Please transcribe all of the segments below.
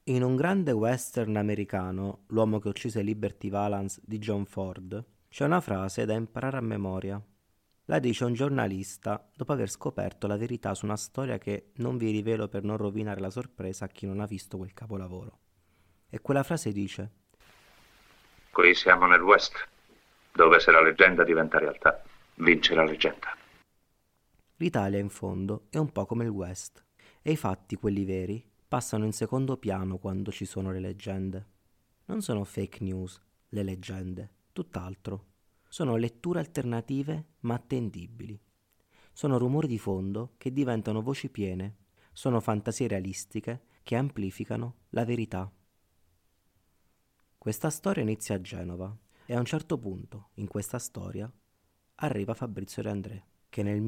In un grande western americano, L'uomo che uccise Liberty Valance di John Ford, c'è una frase da imparare a memoria. La dice un giornalista dopo aver scoperto la verità su una storia che non vi rivelo per non rovinare la sorpresa a chi non ha visto quel capolavoro. E quella frase dice: Qui siamo nel West, dove se la leggenda diventa realtà, vince la leggenda. l'Italia in fondo è un po' come il West, e i fatti, quelli veri, passano in secondo piano quando ci sono le leggende. Non sono fake news, le leggende, tutt'altro. Sono letture alternative ma attendibili. Sono rumori di fondo che diventano voci piene. Sono fantasie realistiche che amplificano la verità. Questa storia inizia a Genova e a un certo punto, in questa storia, arriva Fabrizio De André, che nel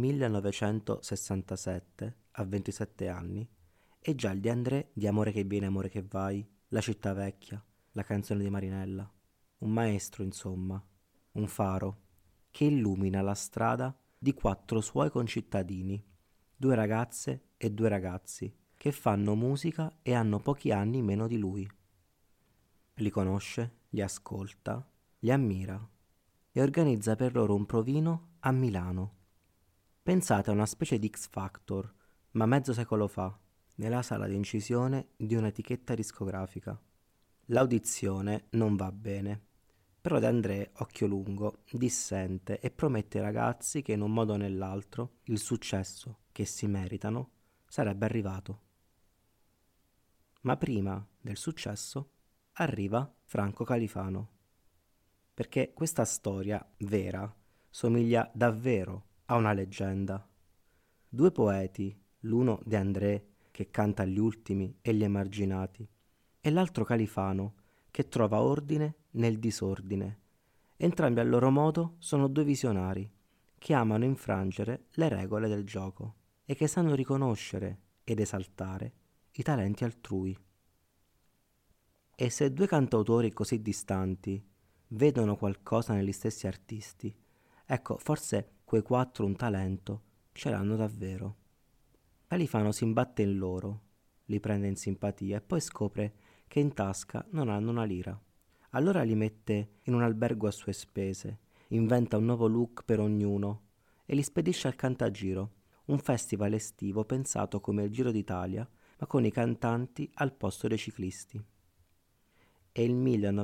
1967, a 27 anni, è già il De André di Amore che viene, amore che vai, La città vecchia, La canzone di Marinella. Un maestro, insomma, un faro, che illumina la strada di 4 suoi concittadini, 2 ragazze e 2 ragazzi, che fanno musica e hanno pochi anni meno di lui. Li conosce, li ascolta, li ammira e organizza per loro un provino a Milano. Pensate a una specie di X Factor, ma mezzo secolo fa, nella sala di incisione di un'etichetta discografica. L'audizione non va bene, però De André, occhio lungo, dissente e promette ai ragazzi che in un modo o nell'altro il successo che si meritano sarebbe arrivato. Ma prima del successo arriva Franco Califano, perché questa storia vera somiglia davvero a una leggenda. 2 poeti, l'uno De André che canta agli ultimi e gli emarginati, e l'altro Califano che trova ordine nel disordine. Entrambi a loro modo sono 2 visionari che amano infrangere le regole del gioco e che sanno riconoscere ed esaltare i talenti altrui. E se 2 cantautori così distanti vedono qualcosa negli stessi artisti, ecco, forse quei 4 un talento ce l'hanno davvero. Califano si imbatte in loro, li prende in simpatia e poi scopre che in tasca non hanno una lira. Allora li mette in un albergo a sue spese, inventa un nuovo look per ognuno e li spedisce al Cantagiro, un festival estivo pensato come il Giro d'Italia, ma con i cantanti al posto dei ciclisti. È il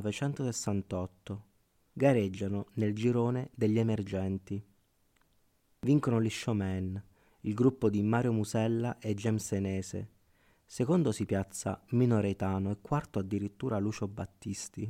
1968. Gareggiano nel girone degli emergenti. Vincono gli showman, il gruppo di Mario Musella e James Senese. Secondo si piazza Mino Reitano e quarto addirittura Lucio Battisti.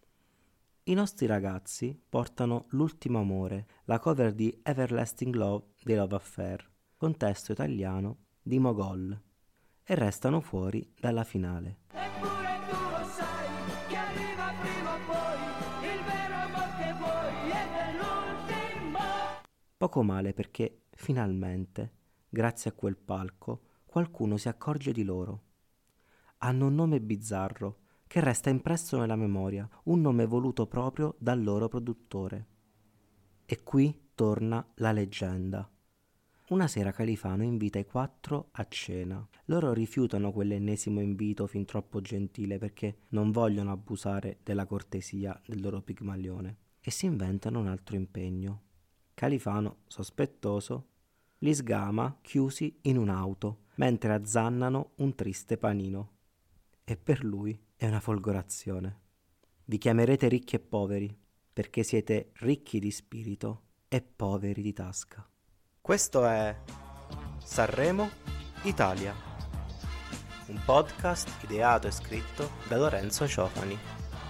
I nostri ragazzi portano L'ultimo amore, la cover di Everlasting Love dei Love Affair, con testo italiano di Mogol, e restano fuori dalla finale. Eppure tu lo sai che arriva prima o poi il vero amor che vuoi ed è l'ultimo. Poco male perché, finalmente, grazie a quel palco, qualcuno si accorge di loro. Hanno un nome bizzarro che resta impresso nella memoria, un nome voluto proprio dal loro produttore. E qui torna la leggenda. Una sera Califano invita i 4 a cena. Loro rifiutano quell'ennesimo invito fin troppo gentile perché non vogliono abusare della cortesia del loro pigmalione e si inventano un altro impegno. Califano, sospettoso, li sgama chiusi in un'auto mentre azzannano un triste panino. E per lui è una folgorazione. Vi chiamerete ricchi e poveri perché siete ricchi di spirito e poveri di tasca. Questo è Sanremo Italia, un podcast ideato e scritto da Lorenzo Ciofani,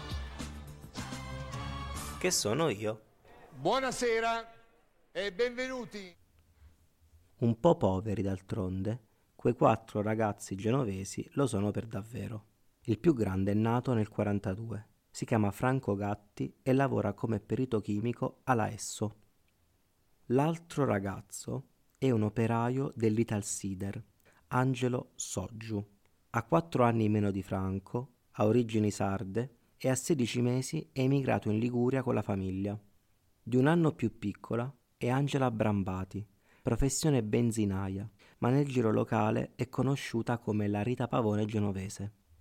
che sono io. Buonasera e benvenuti. Un po' poveri d'altronde, quei 4 ragazzi genovesi lo sono per davvero. Il più grande è nato nel 42, si chiama Franco Gatti e lavora come perito chimico alla Esso. L'altro ragazzo è un operaio dell'Italsider, Angelo Soggiu. Ha 4 anni meno di Franco, ha origini sarde e a 16 mesi è emigrato in Liguria con la famiglia. Di un anno più piccola è Angela Brambati, professione benzinaia, ma nel giro locale è conosciuta come la Rita Pavone genovese.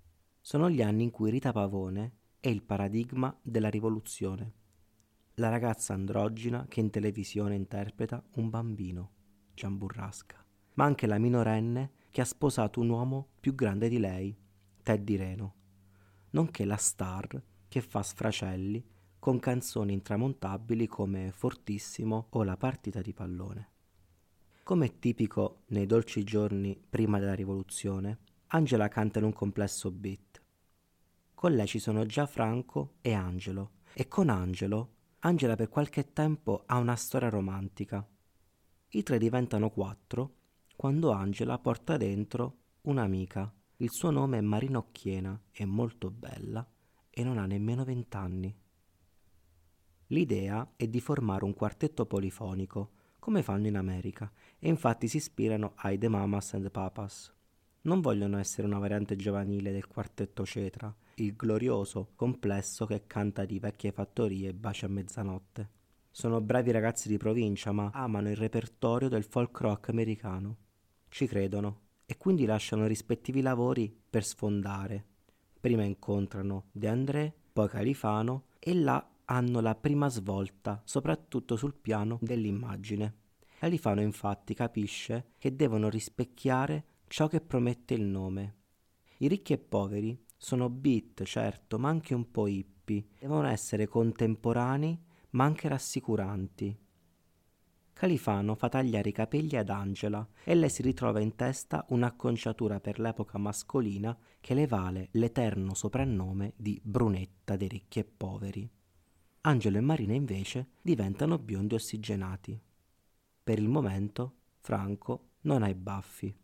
Sono gli anni in cui Rita Pavone è il paradigma della rivoluzione. La ragazza androgina che in televisione interpreta un bambino, Gian Burrasca, ma anche la minorenne che ha sposato un uomo più grande di lei, Teddy Reno, nonché la star che fa sfracelli con canzoni intramontabili come Fortissimo o La partita di pallone. Come è tipico nei dolci giorni prima della rivoluzione, Angela canta in un complesso beat. Con lei ci sono già Franco e Angelo, e con Angela per qualche tempo ha una storia romantica. I tre diventano 4 quando Angela porta dentro un'amica. Il suo nome è Marina Occhiena, è molto bella e non ha nemmeno 20 anni. L'idea è di formare un quartetto polifonico, come fanno in America, e infatti si ispirano ai The Mamas and the Papas. Non vogliono essere una variante giovanile del quartetto Cetra, il glorioso complesso che canta di vecchie fattorie e baci a mezzanotte. Sono bravi ragazzi di provincia, ma amano il repertorio del folk rock americano. Ci credono e quindi lasciano i rispettivi lavori per sfondare. Prima incontrano De André, poi Califano e là hanno la prima svolta, soprattutto sul piano dell'immagine. Califano infatti capisce che devono rispecchiare ciò che promette il nome. I ricchi e poveri sono beat, certo, ma anche un po' hippie. Devono essere contemporanei, ma anche rassicuranti. Califano fa tagliare i capelli ad Angela e lei si ritrova in testa un'acconciatura per l'epoca mascolina che le vale l'eterno soprannome di Brunetta dei ricchi e poveri. Angelo e Marina invece diventano biondi ossigenati. Per il momento Franco non ha i baffi.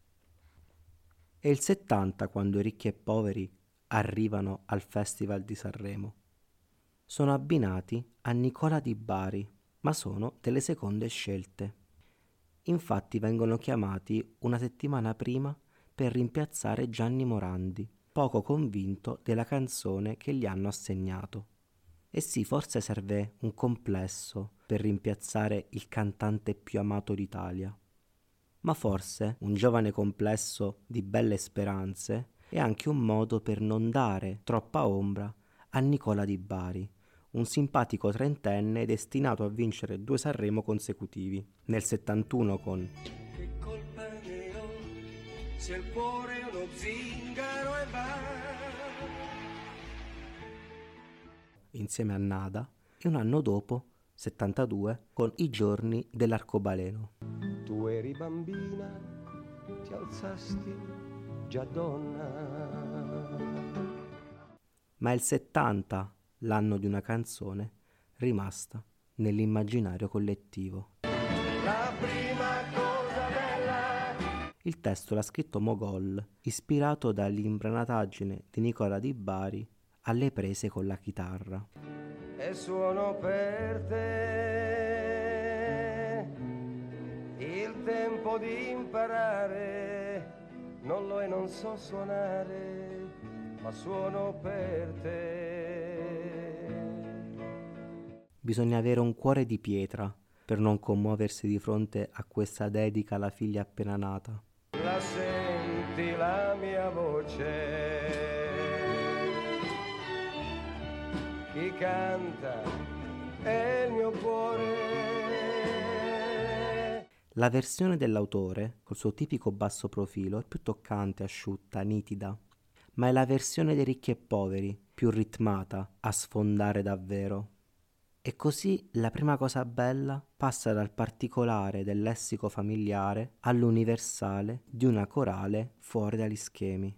È il 70 quando i ricchi e poveri arrivano al Festival di Sanremo. Sono abbinati a Nicola Di Bari, ma sono delle seconde scelte. Infatti vengono chiamati una settimana prima per rimpiazzare Gianni Morandi, poco convinto della canzone che gli hanno assegnato. E sì, forse serve un complesso per rimpiazzare il cantante più amato d'Italia. Ma forse un giovane complesso di belle speranze è anche un modo per non dare troppa ombra a Nicola Di Bari, un simpatico trentenne destinato a vincere 2 Sanremo consecutivi, nel 71 con Che colpa ne ho se il cuore è uno zingaro e va. insieme a Nada e un anno dopo, 72, con I giorni dell'arcobaleno. Tu eri bambina, ti alzasti già donna. Ma è il 70 l'anno di una canzone rimasta nell'immaginario collettivo. La prima cosa bella. Il testo l'ha scritto Mogol, ispirato dall'imbranataggine di Nicola Di Bari alle prese con la chitarra. E suono per te il tempo di imparare, non lo e non so suonare, ma suono per te. Bisogna avere un cuore di pietra per non commuoversi di fronte a questa dedica alla figlia appena nata. La senti la mia voce? Chi canta è il mio cuore. La versione dell'autore, col suo tipico basso profilo, è più toccante, asciutta, nitida, ma è la versione dei ricchi e poveri, più ritmata, a sfondare davvero. E così la prima cosa bella passa dal particolare del lessico familiare all'universale di una corale fuori dagli schemi.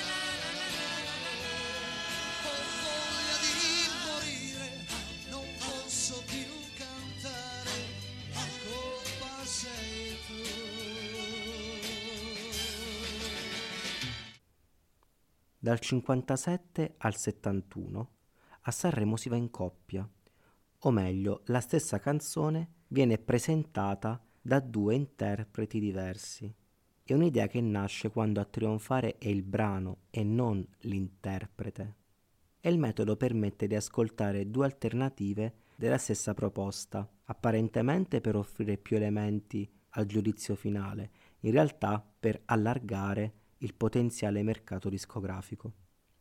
Dal 57 al 71 a Sanremo si va in coppia, o meglio, la stessa canzone viene presentata da 2 interpreti diversi. È un'idea che nasce quando a trionfare è il brano e non l'interprete. E il metodo permette di ascoltare 2 alternative della stessa proposta, apparentemente per offrire più elementi al giudizio finale, in realtà per allargare il potenziale mercato discografico.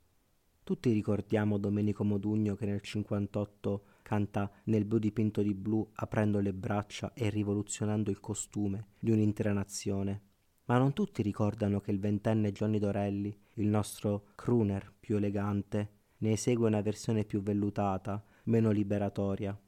Tutti ricordiamo Domenico Modugno che nel 58 canta Nel blu dipinto di blu, aprendo le braccia e rivoluzionando il costume di un'intera nazione. Ma non tutti ricordano che il 20enne Johnny Dorelli, il nostro crooner più elegante, ne esegue una versione più vellutata, meno liberatoria.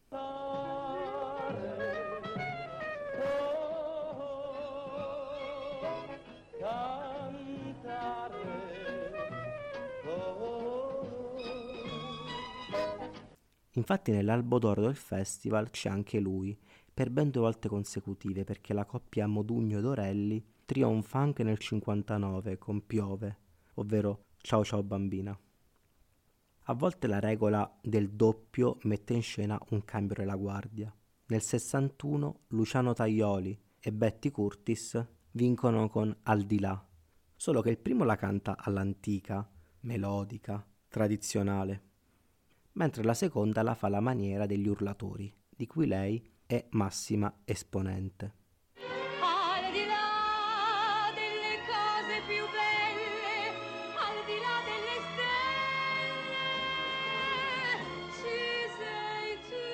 Infatti nell'albo d'oro del festival c'è anche lui, per ben 2 volte consecutive, perché la coppia Modugno-Dorelli trionfa anche nel 59 con Piove, ovvero Ciao ciao bambina. A volte la regola del doppio mette in scena un cambio della guardia. Nel 61 Luciano Tajoli e Betty Curtis vincono con Al di là, solo che il primo la canta all'antica, melodica, tradizionale, mentre la seconda la fa alla maniera degli Urlatori, di cui lei è massima esponente. Al di là delle cose più belle, al di là delle stelle, ci sei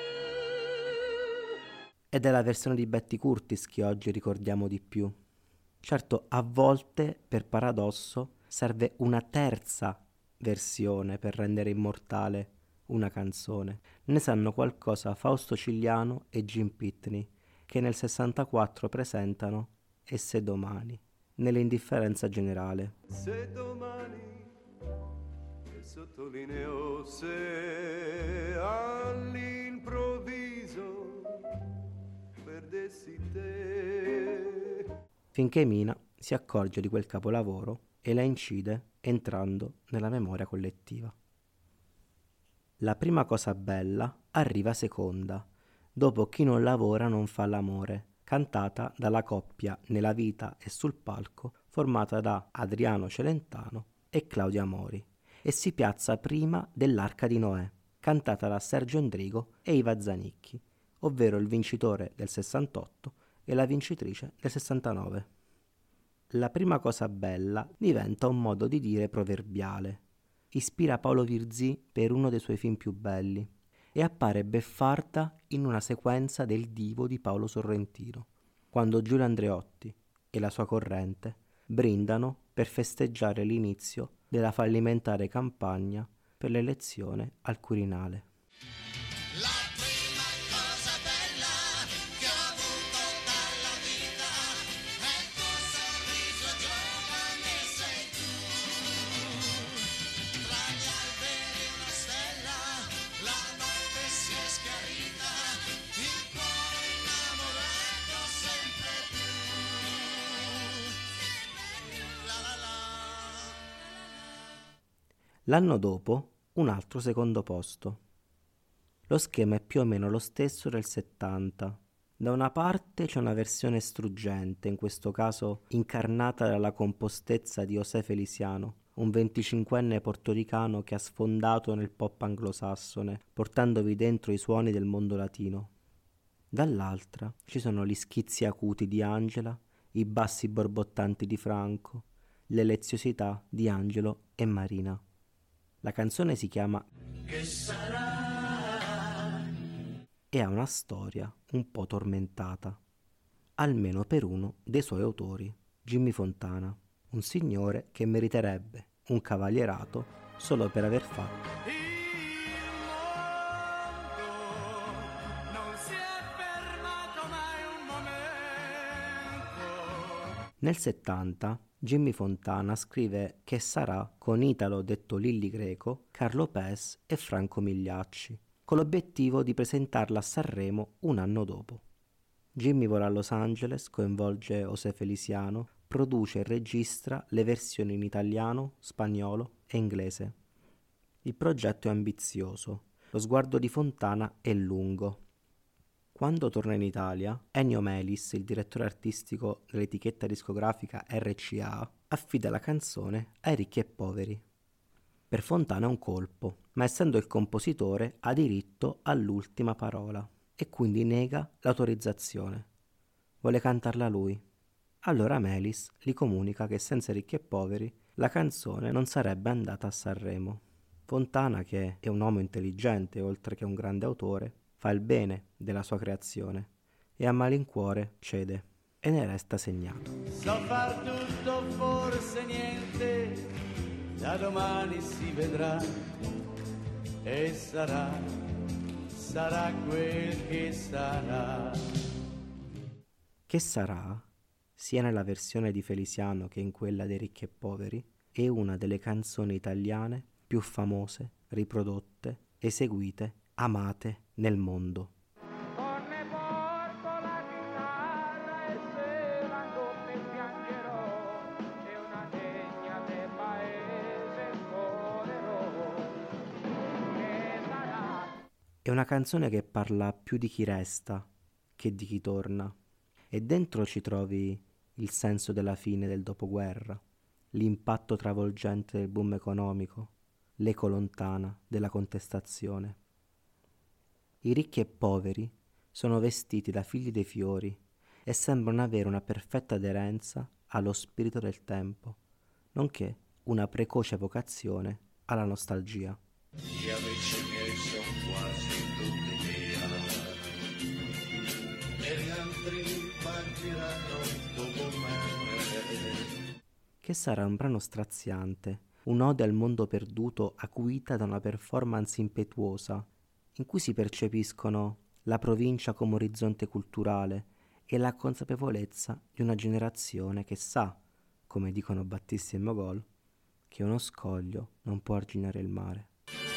tu. Ed è la versione di Betty Curtis che oggi ricordiamo di più. Certo, a volte, per paradosso, serve una terza versione per rendere immortale una canzone. Ne sanno qualcosa Fausto Cigliano e Jim Pitney, che nel 64 presentano E se domani, nell'indifferenza generale. Se domani, e sottolineo se all'improvviso perdessi te. Finché Mina si accorge di quel capolavoro e la incide entrando nella memoria collettiva. La prima cosa bella arriva seconda, dopo Chi non lavora non fa l'amore, cantata dalla coppia Nella vita e sul palco, formata da Adriano Celentano e Claudia Mori, e si piazza prima dell'Arca di Noè, cantata da Sergio Endrigo e Iva Zanicchi, ovvero il vincitore del 68 e la vincitrice del 69. La prima cosa bella diventa un modo di dire proverbiale. Ispira Paolo Virzì per uno dei suoi film più belli e appare beffarda in una sequenza del Divo di Paolo Sorrentino, quando Giulio Andreotti e la sua corrente brindano per festeggiare l'inizio della fallimentare campagna per l'elezione al Quirinale. L'anno dopo un altro secondo posto. Lo schema è più o meno lo stesso del 70. Da una parte c'è una versione struggente, in questo caso incarnata dalla compostezza di José Feliciano, un 25enne portoricano che ha sfondato nel pop anglosassone, portandovi dentro i suoni del mondo latino. Dall'altra ci sono gli schizzi acuti di Angela, i bassi borbottanti di Franco, le leziosità di Angelo e Marina. La canzone si chiama Che sarà e ha una storia un po' tormentata, almeno per uno dei suoi autori, Jimmy Fontana, un signore che meriterebbe un cavalierato solo per aver fatto Nel 70 Jimmy Fontana scrive Che sarà con Italo detto Lilli Greco, Carlo Pes e Franco Migliacci, con l'obiettivo di presentarla a Sanremo un anno dopo. Jimmy vola a Los Angeles, coinvolge José Feliciano, produce e registra le versioni in italiano, spagnolo e inglese. Il progetto è ambizioso, lo sguardo di Fontana è lungo. Quando torna in Italia, Ennio Melis, il direttore artistico dell'etichetta discografica RCA, affida la canzone ai ricchi e poveri. Per Fontana è un colpo, ma essendo il compositore ha diritto all'ultima parola e quindi nega l'autorizzazione. Vuole cantarla lui. Allora Melis gli comunica che senza ricchi e poveri la canzone non sarebbe andata a Sanremo. Fontana, che è un uomo intelligente oltre che un grande autore, fa il bene della sua creazione e a malincuore cede e ne resta segnato. So far tutto, forse niente, da domani si vedrà e sarà quel che sarà. Che sarà, sia nella versione di Feliciano che in quella dei Ricchi e Poveri, è una delle canzoni italiane più famose, riprodotte, eseguite, amate nel mondo. Torne porto la chitarra e se la notte piangerò, è una degna del paese scorrerò. Che sarà? È una canzone che parla più di chi resta che di chi torna, e dentro ci trovi il senso della fine del dopoguerra, l'impatto travolgente del boom economico, l'eco lontana della contestazione. I ricchi e poveri sono vestiti da figli dei fiori e sembrano avere una perfetta aderenza allo spirito del tempo, nonché una precoce vocazione alla nostalgia. Gli amici miei sono quasi tutti via e gli altri partiranno dopo me. Che sarà un brano straziante, un'ode al mondo perduto acuita da una performance impetuosa, in cui si percepiscono la provincia come orizzonte culturale e la consapevolezza di una generazione che sa, come dicono Battisti e Mogol, che uno scoglio non può arginare il mare.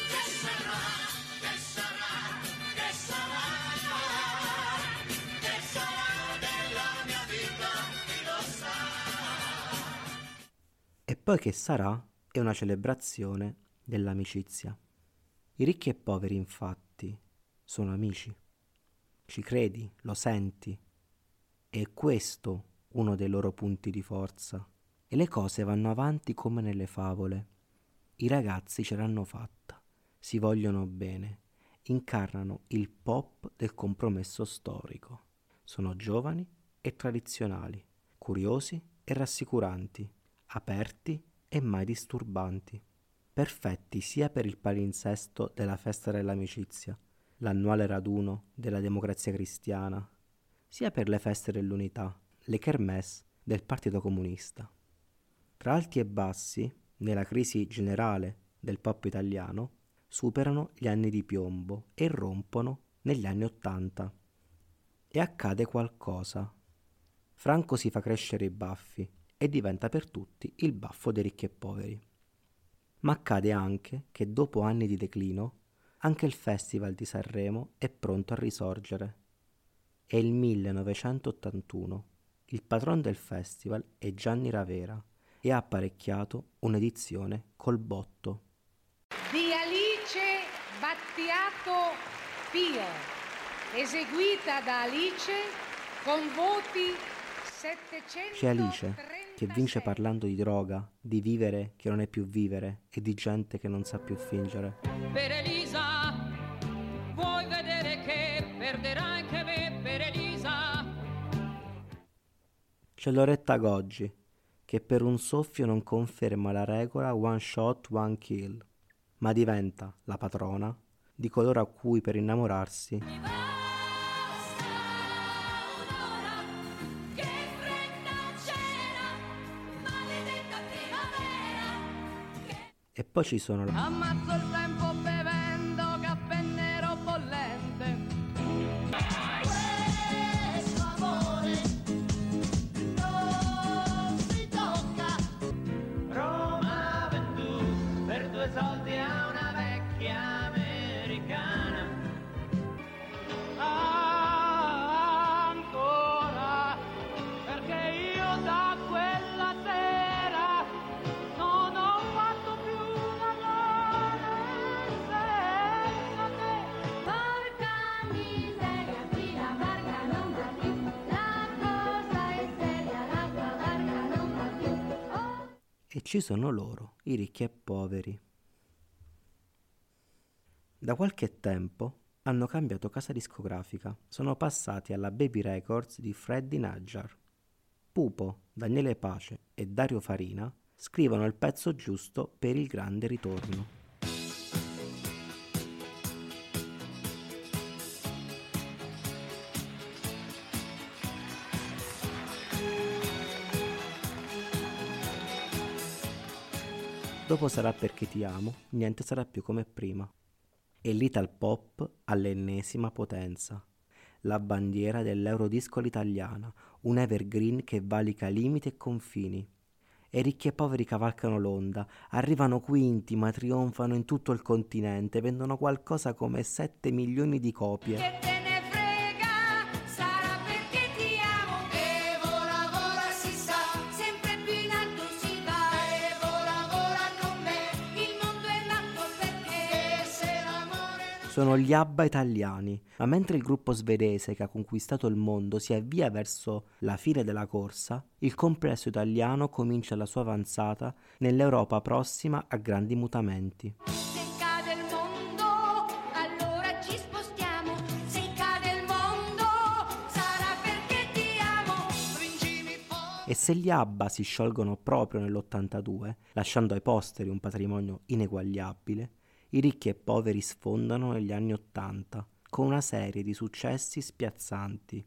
E poi che sarà è una celebrazione dell'amicizia. I ricchi e poveri, infatti, sono amici. Ci credi, lo senti. È questo uno dei loro punti di forza. E le cose vanno avanti come nelle favole. I ragazzi ce l'hanno fatta, si vogliono bene, incarnano il pop del compromesso storico. Sono giovani e tradizionali, curiosi e rassicuranti, aperti e mai disturbanti, perfetti sia per il palinsesto della festa dell'amicizia, l'annuale raduno della Democrazia Cristiana, sia per le feste dell'unità, le kermesse del Partito Comunista. Tra alti e bassi, nella crisi generale del pop italiano, superano gli anni di piombo e rompono negli anni '80. E accade qualcosa. Franco si fa crescere i baffi e diventa per tutti il baffo dei ricchi e poveri. Ma accade anche che dopo anni di declino, anche il Festival di Sanremo è pronto a risorgere. È il 1981. Il patron del festival è Gianni Ravera e ha apparecchiato un'edizione col botto. Di Alice Battiato Pio, eseguita da Alice con voti 736. C'è Alice che vince parlando di droga, di vivere che non è più vivere e di gente che non sa più fingere. Per Elisa, vuoi vedere che perderà anche me per Elisa? C'è Loretta Goggi che per un soffio non conferma la regola one shot, one kill, ma diventa la patrona di coloro a cui per innamorarsi e poi ci sono Ammazzo il tempo bevendo caffè nero bollente. Questo amore non si tocca. Roma vendù per 2 soldi a una vecchia americana. Ancora, perché io da quella sera non ho fatto più l'amore senza te. Porca miseria, qui la barca non va più. La cosa è seria, la tua barca non va più. Oh. e ci sono loro, i ricchi e poveri. Da qualche tempo hanno cambiato casa discografica, sono passati alla Baby Records di Freddie Najjar. Pupo, Daniele Pace e Dario Farina scrivono il pezzo giusto per il grande ritorno. Dopo Sarà perché ti amo, niente sarà più come prima. E l'Ital Pop all'ennesima potenza. La bandiera dell'Eurodisco all'italiana, un evergreen che valica limiti e confini. E ricchi e poveri cavalcano l'onda, arrivano quinti ma trionfano in tutto il continente, vendono qualcosa come 7 milioni di copie. Che te ne frega, sarà perché ti amo. E vola, vola si sa, sempre più in alto si va. E vola, vola con me, il mondo è nato perché se l'amore non... Sono gli ABBA italiani, ma mentre il gruppo svedese che ha conquistato il mondo si avvia verso la fine della corsa, il complesso italiano comincia la sua avanzata nell'Europa prossima a grandi mutamenti. Se cade il mondo, allora ci spostiamo. Se cade il mondo, sarà perché ti amo. Stringimi forte. E se gli ABBA si sciolgono proprio nell'82, lasciando ai posteri un patrimonio ineguagliabile, i ricchi e poveri sfondano negli anni '80 con una serie di successi spiazzanti.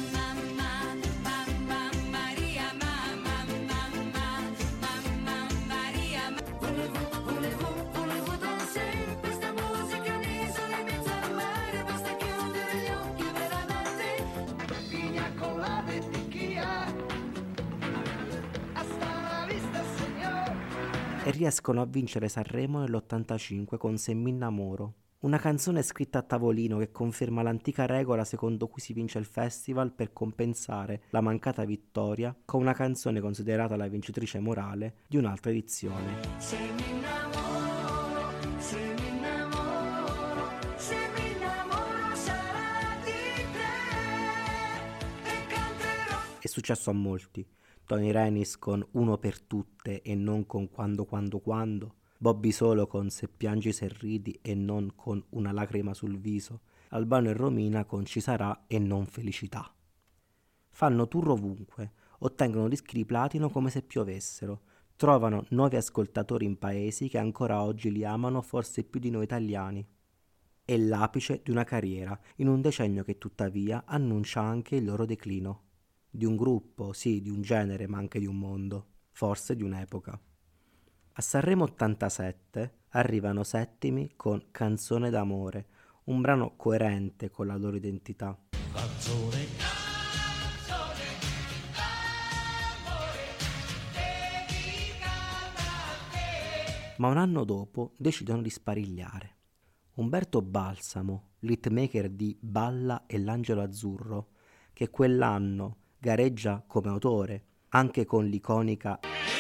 Volevo danzare questa musica un'isola in mezzo al mare, basta chiudere gli occhi veramente. Pigna colada e ticchia, hasta la vista signor. E riescono a vincere Sanremo nell'85 con Se mi innamoro, una canzone scritta a tavolino che conferma l'antica regola secondo cui si vince il festival per compensare la mancata vittoria con una canzone considerata la vincitrice morale di un'altra edizione. Se mi innamoro, se mi innamoro, se mi innamoro sarà di te e canterò. È successo a molti. Tony Renis con Uno per tutte e non con Quando, Bobby Solo con Se piangi se ridi e non con Una lacrima sul viso, Albano e Romina con Ci sarà e non Felicità. Fanno tour ovunque, ottengono dischi di platino come se piovessero, trovano nuovi ascoltatori in paesi che ancora oggi li amano forse più di noi italiani. È l'apice di una carriera, in un decennio che tuttavia annuncia anche il loro declino. Di un gruppo, sì, di un genere, ma anche di un mondo, forse di un'epoca. A Sanremo 87 arrivano settimi con Canzone d'amore, un brano coerente con la loro identità. Ma un anno dopo decidono di sparigliare. Umberto Balsamo, l'hitmaker di Balla e l'Angelo Azzurro, che quell'anno gareggia come autore anche con l'iconica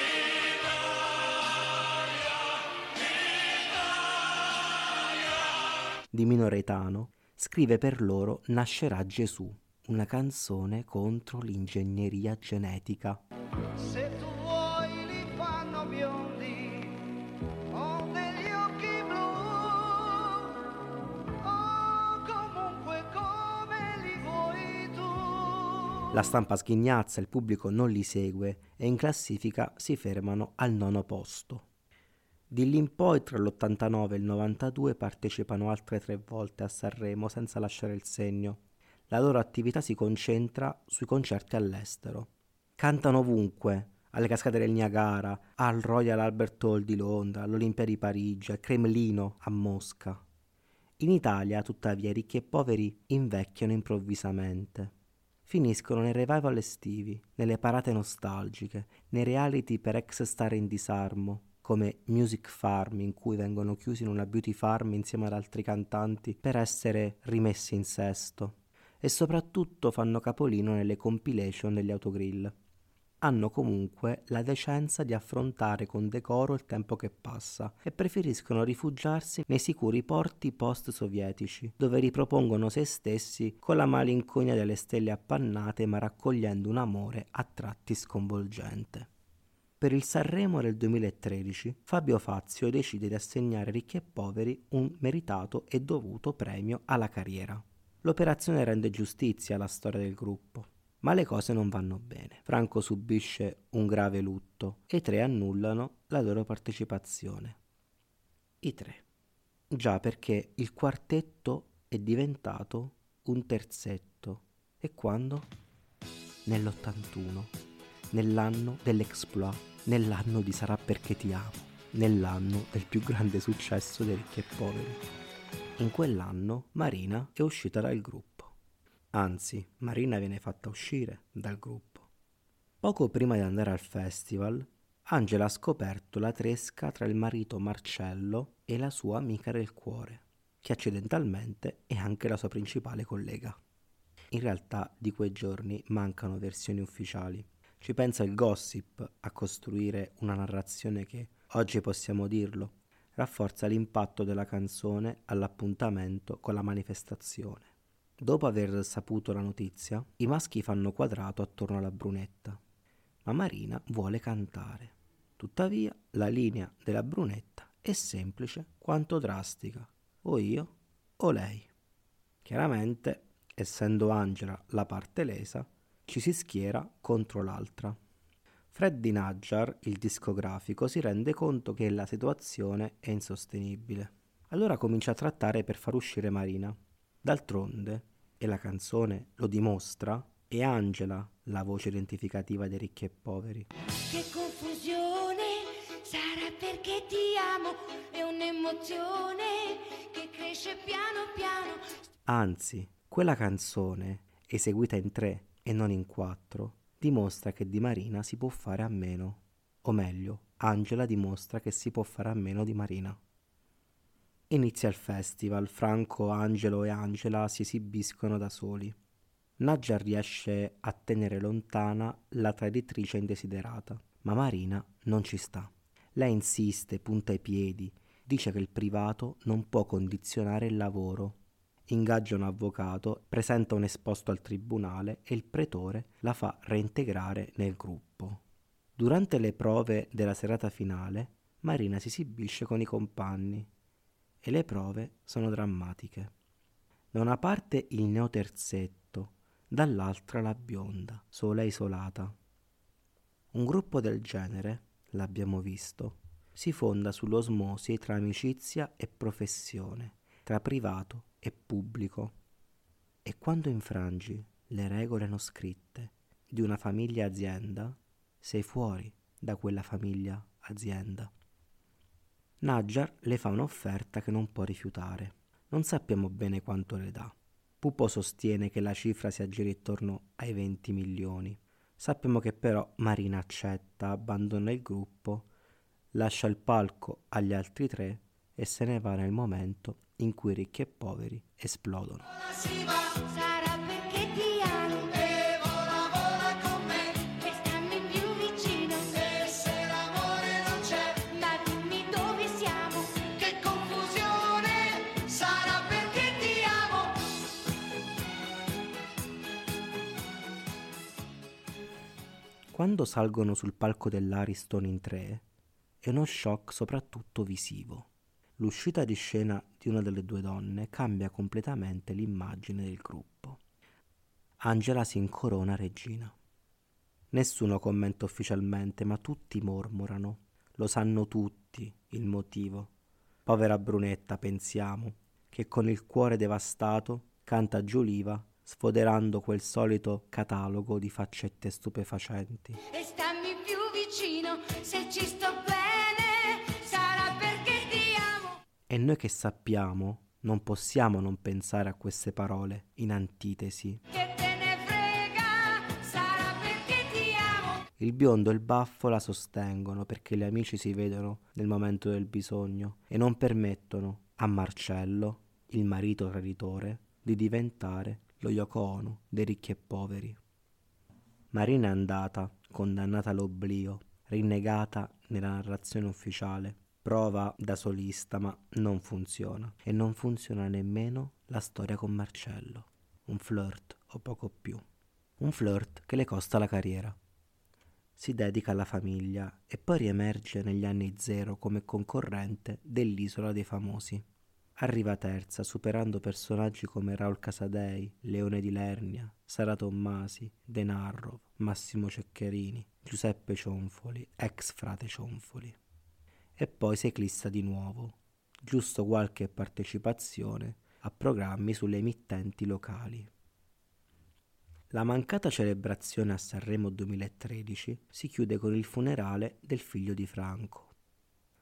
di Mino Reitano, scrive per loro Nascerà Gesù, una canzone contro l'ingegneria genetica. Se tu vuoi li fanno biondi o degli occhi blu o comunque come li vuoi tu. La stampa sghignazza, il pubblico non li segue e in classifica si fermano al 9° posto. Di lì in poi tra l'89 e il 92 partecipano altre 3 volte a Sanremo senza lasciare il segno. La loro attività si concentra sui concerti all'estero. Cantano ovunque, alle Cascate del Niagara, al Royal Albert Hall di Londra, all'Olimpia di Parigi, al Cremlino a Mosca. In Italia, tuttavia, i ricchi e poveri invecchiano improvvisamente. Finiscono nei revival estivi, nelle parate nostalgiche, nei reality per ex star in disarmo, come Music Farm, in cui vengono chiusi in una beauty farm insieme ad altri cantanti per essere rimessi in sesto, e soprattutto fanno capolino nelle compilation degli autogrill. Hanno comunque la decenza di affrontare con decoro il tempo che passa e preferiscono rifugiarsi nei sicuri porti post-sovietici, dove ripropongono se stessi con la malinconia delle stelle appannate ma raccogliendo un amore a tratti sconvolgente. Per il Sanremo del 2013 Fabio Fazio decide di assegnare ai ricchi e poveri un meritato e dovuto premio alla carriera. L'operazione rende giustizia alla storia del gruppo, ma le cose non vanno bene. Franco subisce un grave lutto e i 3 annullano la loro partecipazione. I 3. Già, perché il quartetto è diventato un terzetto. E quando? Nell'81, nell'anno dell'exploit, nell'anno di Sarà perché ti amo. nell'anno del più grande successo dei Ricchi e Poveri. In quell'anno Marina è uscita dal gruppo. Anzi, Marina viene fatta uscire dal gruppo. Poco prima di andare al festival, Angela ha scoperto la tresca tra il marito Marcello e la sua amica del cuore, che accidentalmente è anche la sua principale collega. In realtà di quei giorni mancano versioni ufficiali. Ci pensa il gossip a costruire una narrazione che, oggi possiamo dirlo, rafforza l'impatto della canzone all'appuntamento con la manifestazione. Dopo aver saputo la notizia, i maschi fanno quadrato attorno alla brunetta, ma Marina vuole cantare. Tuttavia, la linea della brunetta è semplice quanto drastica: o io o lei. Chiaramente, essendo Angela la parte lesa, ci si schiera contro l'altra. Freddie Nadjar, il discografico, si rende conto che la situazione è insostenibile. Allora comincia a trattare per far uscire Marina. D'altronde, e la canzone lo dimostra, è Angela la voce identificativa dei Ricchi e Poveri. Che confusione, sarà perché ti amo, è un'emozione che cresce piano piano. Anzi, quella canzone, eseguita in 3 e non in 4, dimostra che di Marina si può fare a meno. O meglio, Angela dimostra che si può fare a meno di Marina. Inizia il festival, Franco, Angelo e Angela si esibiscono da soli. Nadja riesce a tenere lontana la traditrice indesiderata, ma Marina non ci sta. Lei insiste, punta i piedi, dice che il privato non può condizionare il lavoro. Ingaggia un avvocato, presenta un esposto al tribunale e il pretore la fa reintegrare nel gruppo. Durante le prove della serata finale, Marina si esibisce con i compagni e le prove sono drammatiche. Da una parte il neoterzetto, dall'altra la bionda, sola e isolata. Un gruppo del genere, l'abbiamo visto, si fonda sull'osmosi tra amicizia e professione, tra privato e pubblico. E quando infrangi le regole non scritte di una famiglia azienda, sei fuori da quella famiglia azienda. Nadjar le fa un'offerta che non può rifiutare. Non sappiamo bene quanto le dà. Pupo sostiene che la cifra si aggiri intorno ai 20 milioni. Sappiamo che però Marina accetta, abbandona il gruppo, lascia il palco agli altri 3 e se ne va nel momento in cui i Ricchi e Poveri esplodono. Sarà perché ti amo e vola vola con me e stammi più vicino e se l'amore non c'è ma dimmi dove siamo, che confusione, sarà perché ti amo. Quando salgono sul palco dell'Ariston in 3 è uno shock soprattutto visivo. L'uscita di scena di una delle due donne cambia completamente l'immagine del gruppo. Angela si incorona regina. Nessuno commenta ufficialmente, ma tutti mormorano. Lo sanno tutti il motivo. Povera brunetta, pensiamo, che con il cuore devastato canta Giuliva, sfoderando quel solito catalogo di faccette stupefacenti. E stammi più vicino, se ci sto bene, sarà perché ti amo. E noi che sappiamo, non possiamo non pensare a queste parole in antitesi. Che te ne frega, sarà perché ti amo. Il biondo e il baffo la sostengono perché gli amici si vedono nel momento del bisogno e non permettono a Marcello, il marito traditore, di diventare lo Yoko Ono dei Ricchi e Poveri. Marina è andata, condannata all'oblio, rinnegata nella narrazione ufficiale. Prova da solista, ma non funziona. E non funziona nemmeno la storia con Marcello. Un flirt o poco più. Un flirt che le costa la carriera. Si dedica alla famiglia e poi riemerge negli anni 0 come concorrente dell'Isola dei Famosi. Arriva terza, superando personaggi come Raul Casadei, Leone di Lernia, Sara Tommasi, De Narro, Massimo Ceccherini, Giuseppe Cionfoli, ex frate Cionfoli. E poi si eclissa di nuovo, giusto qualche partecipazione a programmi sulle emittenti locali. La mancata celebrazione a Sanremo 2013 si chiude con il funerale del figlio di Franco.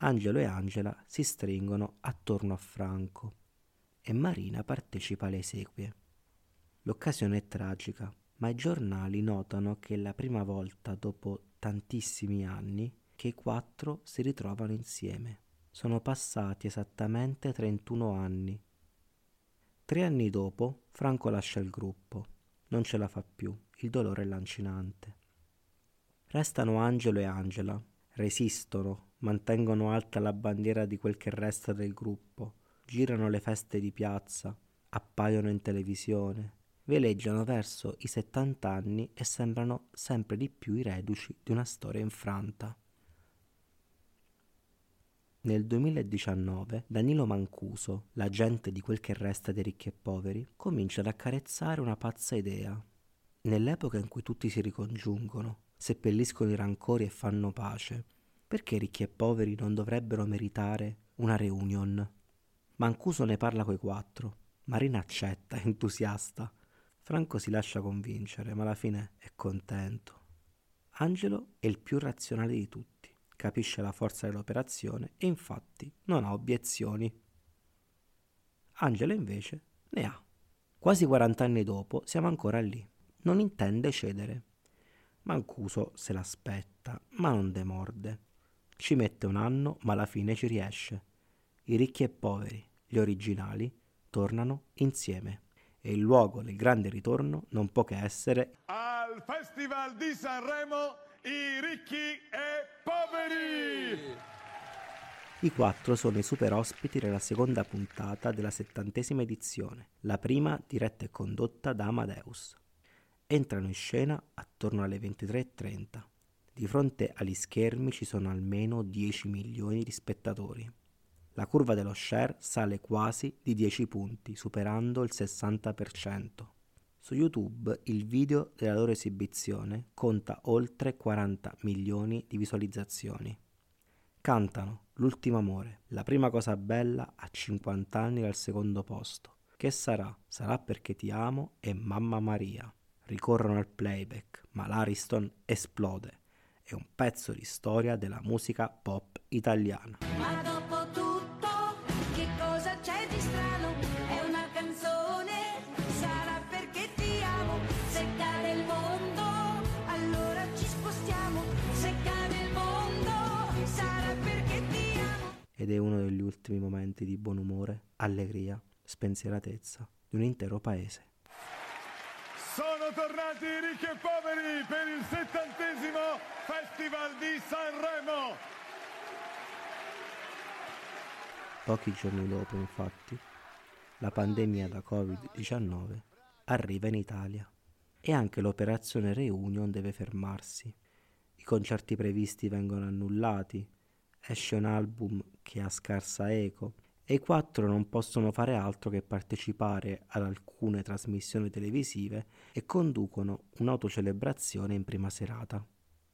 Angelo e Angela si stringono attorno a Franco e Marina partecipa alle esequie. L'occasione è tragica, ma i giornali notano che è la prima volta dopo tantissimi anni che i 4 si ritrovano insieme. Sono passati esattamente 31 anni. 3 anni dopo Franco lascia il gruppo, non ce la fa più, il dolore è lancinante. Restano Angelo e Angela, resistono, mantengono alta la bandiera di quel che resta del gruppo, girano le feste di piazza, appaiono in televisione, veleggiano verso i 70 anni e sembrano sempre di più i reduci di una storia infranta. Nel 2019 Danilo Mancuso, l'agente di quel che resta dei Ricchi e Poveri, comincia ad accarezzare una pazza idea. Nell'epoca in cui tutti si ricongiungono, seppelliscono i rancori e fanno pace, perché Ricchi e Poveri non dovrebbero meritare una reunion? Mancuso ne parla coi 4. Marina accetta, entusiasta. Franco si lascia convincere, ma alla fine è contento. Angelo è il più razionale di tutti. Capisce la forza dell'operazione e infatti non ha obiezioni. Angela invece ne ha. Quasi 40 anni dopo siamo ancora lì. Non intende cedere. Mancuso se l'aspetta, ma non demorde. Ci mette un anno, ma alla fine ci riesce. I Ricchi e Poveri, gli originali, tornano insieme. E il luogo del grande ritorno non può che essere Al Festival di Sanremo, i Ricchi e Poveri! I 4 sono i super ospiti della seconda puntata della 70ª edizione, la prima diretta e condotta da Amadeus. Entrano in scena attorno alle 23:30. Di fronte agli schermi ci sono almeno 10 milioni di spettatori. La curva dello share sale quasi di 10 punti, superando il 60%. Su YouTube il video della loro esibizione conta oltre 40 milioni di visualizzazioni. Cantano L'ultimo amore, La prima cosa bella a 50 anni dal secondo posto. Che sarà? Sarà perché ti amo e Mamma Maria. Ricorrono al playback, ma l'Ariston esplode. È un pezzo di storia della musica pop italiana. Ma dopo tutto, che cosa c'è di strano? È una canzone, sarà perché ti amo. Se cade il mondo, allora ci spostiamo. Se cade il mondo, sarà perché ti amo. Ed è uno degli ultimi momenti di buon umore, allegria, spensieratezza di un intero paese. Sono tornati i Ricchi e Poveri per il 70° Festival di Sanremo. Pochi giorni dopo, infatti, la pandemia da Covid-19 arriva in Italia e anche l'operazione Reunion deve fermarsi. I concerti previsti vengono annullati, esce un album che ha scarsa eco e i 4 non possono fare altro che partecipare ad alcune trasmissioni televisive e conducono un'autocelebrazione in prima serata.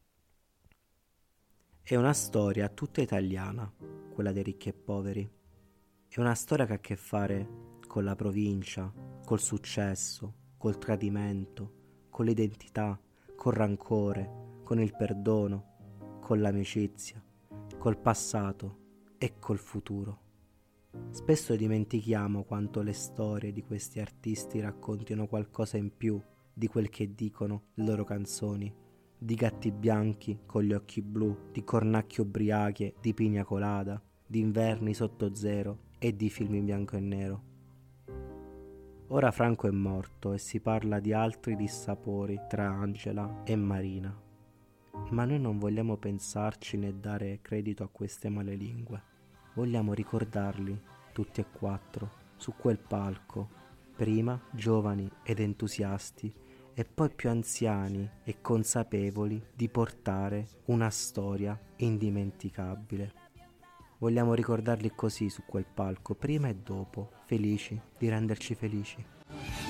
È una storia tutta italiana, quella dei Ricchi e Poveri. È una storia che ha a che fare con la provincia, col successo, col tradimento, con l'identità, col rancore, con il perdono, con l'amicizia, col passato e col futuro. Spesso dimentichiamo quanto le storie di questi artisti raccontino qualcosa in più di quel che dicono le loro canzoni, di gatti bianchi con gli occhi blu, di cornacchie ubriache, di pina colada, di inverni sotto zero e di film in bianco e nero. Ora Franco è morto e si parla di altri dissapori tra Angela e Marina, ma noi non vogliamo pensarci né dare credito a queste malelingue. Vogliamo ricordarli tutti e 4 su quel palco, prima giovani ed entusiasti e poi più anziani e consapevoli di portare una storia indimenticabile. Vogliamo ricordarli così su quel palco, prima e dopo, felici di renderci felici.